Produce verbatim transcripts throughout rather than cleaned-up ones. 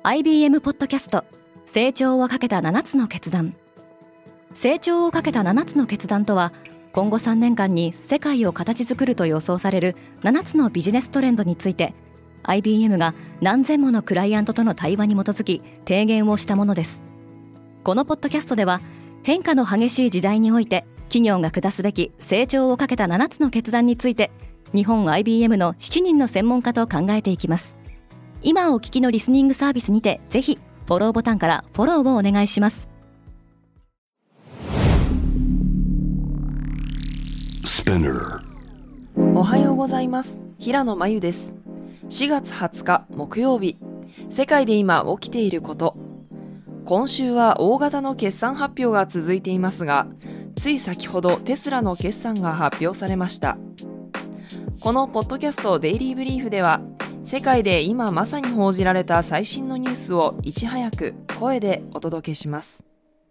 アイビーエム ポッドキャスト成長をかけたななつの決断。成長をかけたななつの決断とは、今後さんねんかんに世界を形作ると予想されるななつのビジネストレンドについて アイビーエム が何千ものクライアントとの対話に基づき提言をしたものです。このポッドキャストでは、変化の激しい時代において企業が下すべき成長をかけたななつの決断について、日本 アイビーエム のしちにんの専門家と考えていきます。今お聞きのリスニングサービスにて、ぜひフォローボタンからフォローをお願いします。 おはようございます。平野真由です。しがつはつか木曜日、世界で今起きていること。今週は大型の決算発表が続いていますが、つい先ほどテスラの決算が発表されました。このポッドキャストデイリーブリーフでは、世界で今まさに報じられた最新のニュースをいち早く声でお届けします。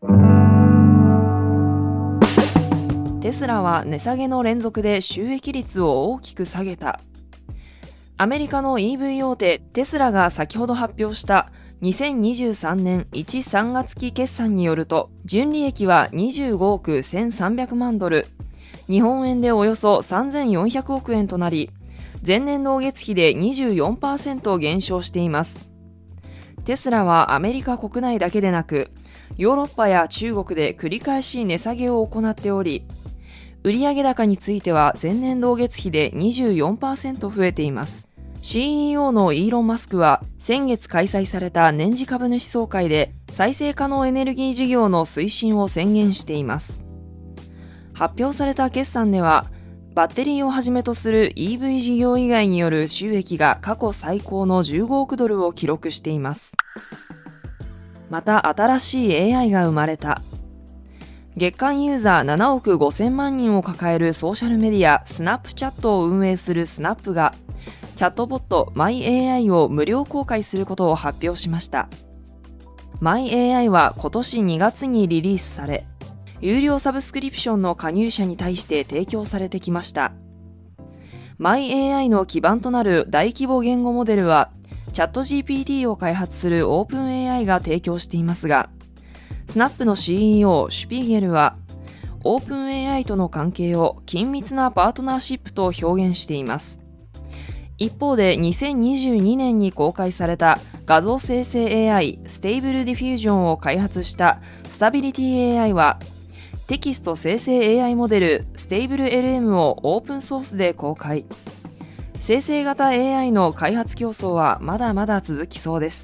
テスラは値下げの連続で収益率を大きく下げた。アメリカの イーブイ 大手テスラが先ほど発表したにせんにじゅうさんねんいち、さんがつ期決算によると、純利益はにじゅうごおくせんさんびゃくまんドル、日本円でおよそさんぜんよんひゃくおくえんとなり、前年同月比で にじゅうよんパーセント 減少しています。テスラはアメリカ国内だけでなく、ヨーロッパや中国で繰り返し値下げを行っており、売上高については前年同月比で にじゅうよんパーセント 増えています。シーイーオー のイーロン・マスクは先月開催された年次株主総会で再生可能エネルギー事業の推進を宣言しています。発表された決算では、バッテリーをはじめとする イーブイ 事業以外による収益が過去最高のじゅうごおくドルを記録しています。また新しい エーアイ が生まれた。月間ユーザーななおくごせんまんにんを抱えるソーシャルメディアスナップチャットを運営するスナップが、チャットボット マイエーアイ を無料公開することを発表しました。マイエーアイ は今年にがつにリリースされ、有料サブスクリプションの加入者に対して提供されてきました。マイエーアイ の基盤となる大規模言語モデルは、チャット ジーピーティー を開発するオープンエーアイが提供していますが、スナップの シーイーオー シュピーゲルは、オープンエーアイ との関係を緊密なパートナーシップと表現しています。一方でにせんにじゅうにねんに公開された画像生成 エーアイ ステーブルディフュージョンを開発したスタビリティ エーアイ は、テキスト生成 エーアイ モデルステーブル エルエム をオープンソースで公開。生成型 エーアイ の開発競争はまだまだ続きそうです。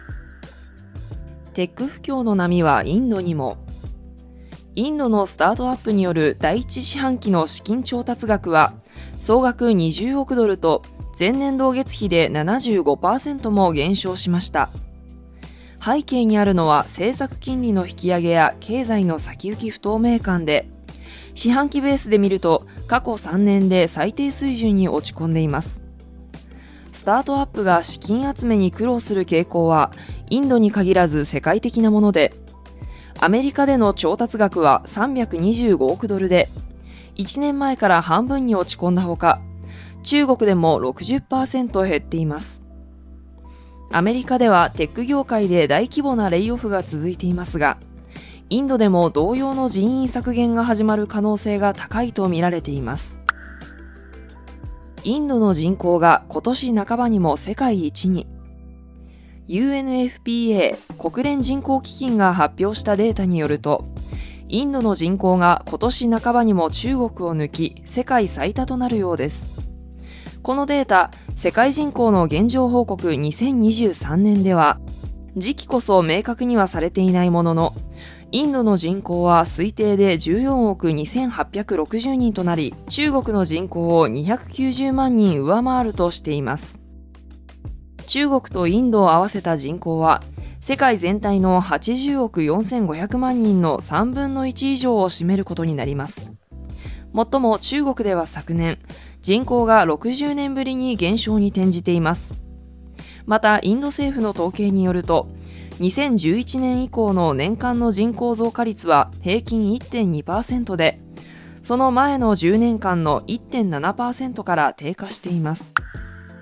テック不況の波はインドにも。インドのスタートアップによる第一四半期の資金調達額は総額にじゅうおくドルと前年同月比で ななじゅうごパーセント も減少しました。背景にあるのは政策金利の引き上げや経済の先行き不透明感で、四半期ベースで見ると過去さんねんで最低水準に落ち込んでいます。スタートアップが資金集めに苦労する傾向はインドに限らず世界的なもので、アメリカでの調達額はさんびゃくにじゅうごおくドルで、いちねんまえから半分に落ち込んだほか、中国でも ろくじゅっパーセント 減っています。アメリカではテック業界で大規模なレイオフが続いていますが、インドでも同様の人員削減が始まる可能性が高いと見られています。インドの人口が今年半ばにも世界一に。ユーエヌエフピーエー 国連人口基金が発表したデータによると、インドの人口が今年半ばにも中国を抜き世界最多となるようです。このデータ、世界人口の現状報告にせんにじゅうさんねんでは、時期こそ明確にはされていないものの、インドの人口は推定でじゅうよんおくにせんはっぴゃくろくじゅうにんとなり、中国の人口をにひゃくきゅうじゅうまんにん上回るとしています。中国とインドを合わせた人口は、世界全体のはちじゅうおくよんせんごひゃくまんにんのさんぶんのいち以上を占めることになります。もっとも中国では昨年、人口がろくじゅうねんぶりに減少に転じています。また、インド政府の統計によると、にせんじゅういちねん以降の年間の人口増加率は平均 いってんにパーセント で、その前のじゅうねんかんの いってんななパーセント から低下しています。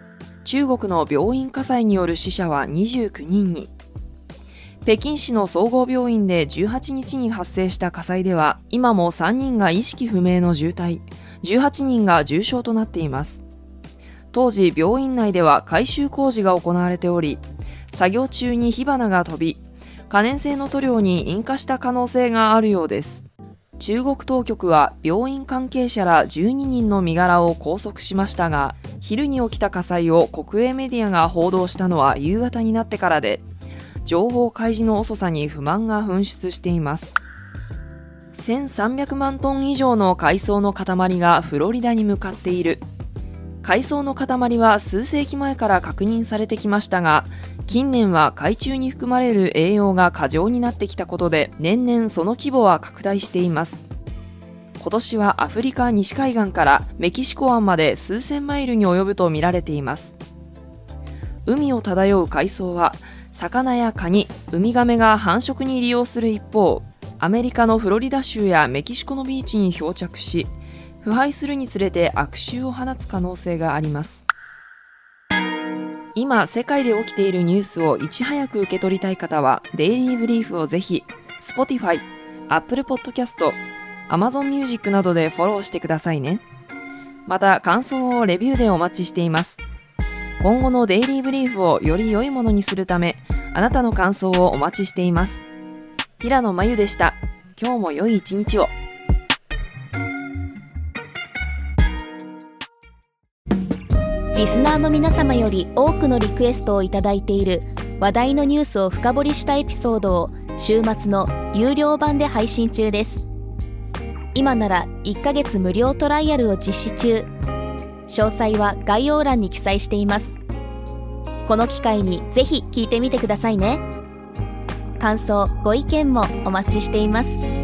中国の病院火災による死者はにじゅうきゅうにんに。北京市の総合病院でじゅうはちにちに発生した火災では、今もさんにんが意識不明の重体、じゅうはちにんが重傷となっています。当時、病院内では改修工事が行われており、作業中に火花が飛び、可燃性の塗料に引火した可能性があるようです。中国当局は病院関係者らじゅうににんの身柄を拘束しましたが、昼に起きた火災を国営メディアが報道したのは夕方になってからで、情報開示の遅さに不満が噴出しています。せんさんびゃくまんトン以上の海藻の塊がフロリダに向かっている。海藻の塊は数世紀前から確認されてきましたが、近年は海中に含まれる栄養が過剰になってきたことで、年々その規模は拡大しています。今年はアフリカ西海岸からメキシコ湾まで数千マイルに及ぶと見られています。海を漂う海藻は、魚やカニ、ウミガメが繁殖に利用する一方、アメリカのフロリダ州やメキシコのビーチに漂着し、腐敗するにつれて悪臭を放つ可能性があります。今、世界で起きているニュースをいち早く受け取りたい方は、デイリーブリーフをぜひ、Spotify、Apple Podcast、Amazon Music などでフォローしてくださいね。また、感想をレビューでお待ちしています。今後のデイリーブリーフをより良いものにするため、あなたの感想をお待ちしています。平野真由でした。今日も良い一日を。 リスナーの皆様より多くのリクエストをいただいている話題のニュースを深掘りしたエピソードを週末の有料版で配信中です。今ならいっかげつ無料トライアルを実施中。詳細は概要欄に記載しています。この機会にぜひ聞いてみてくださいね。感想、ご意見もお待ちしています。